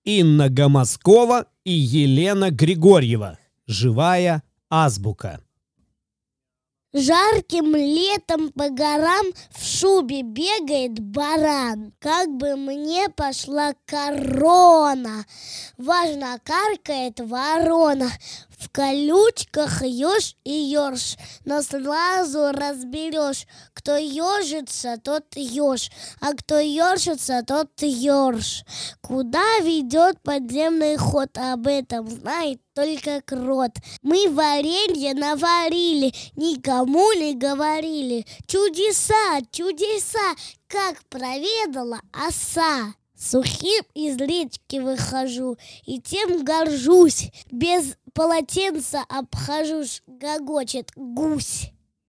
Инна Гомоскова и Елена Григорьева. Живая азбука. Жарким летом по горам в шубе бегает баран. Как бы мне пошла корона, важно каркает ворона. В колючках еж и ерш, но сразу разберешь, кто ежится, тот еж, а кто ежится, тот ерш. Куда ведет подземный ход, об этом знает только крот. Мы варенье наварили, никому не говорили. Чудеса, чудеса, как проведала оса. Сухим из речки выхожу и тем горжусь. Без полотенца обхожусь, гогочет гусь.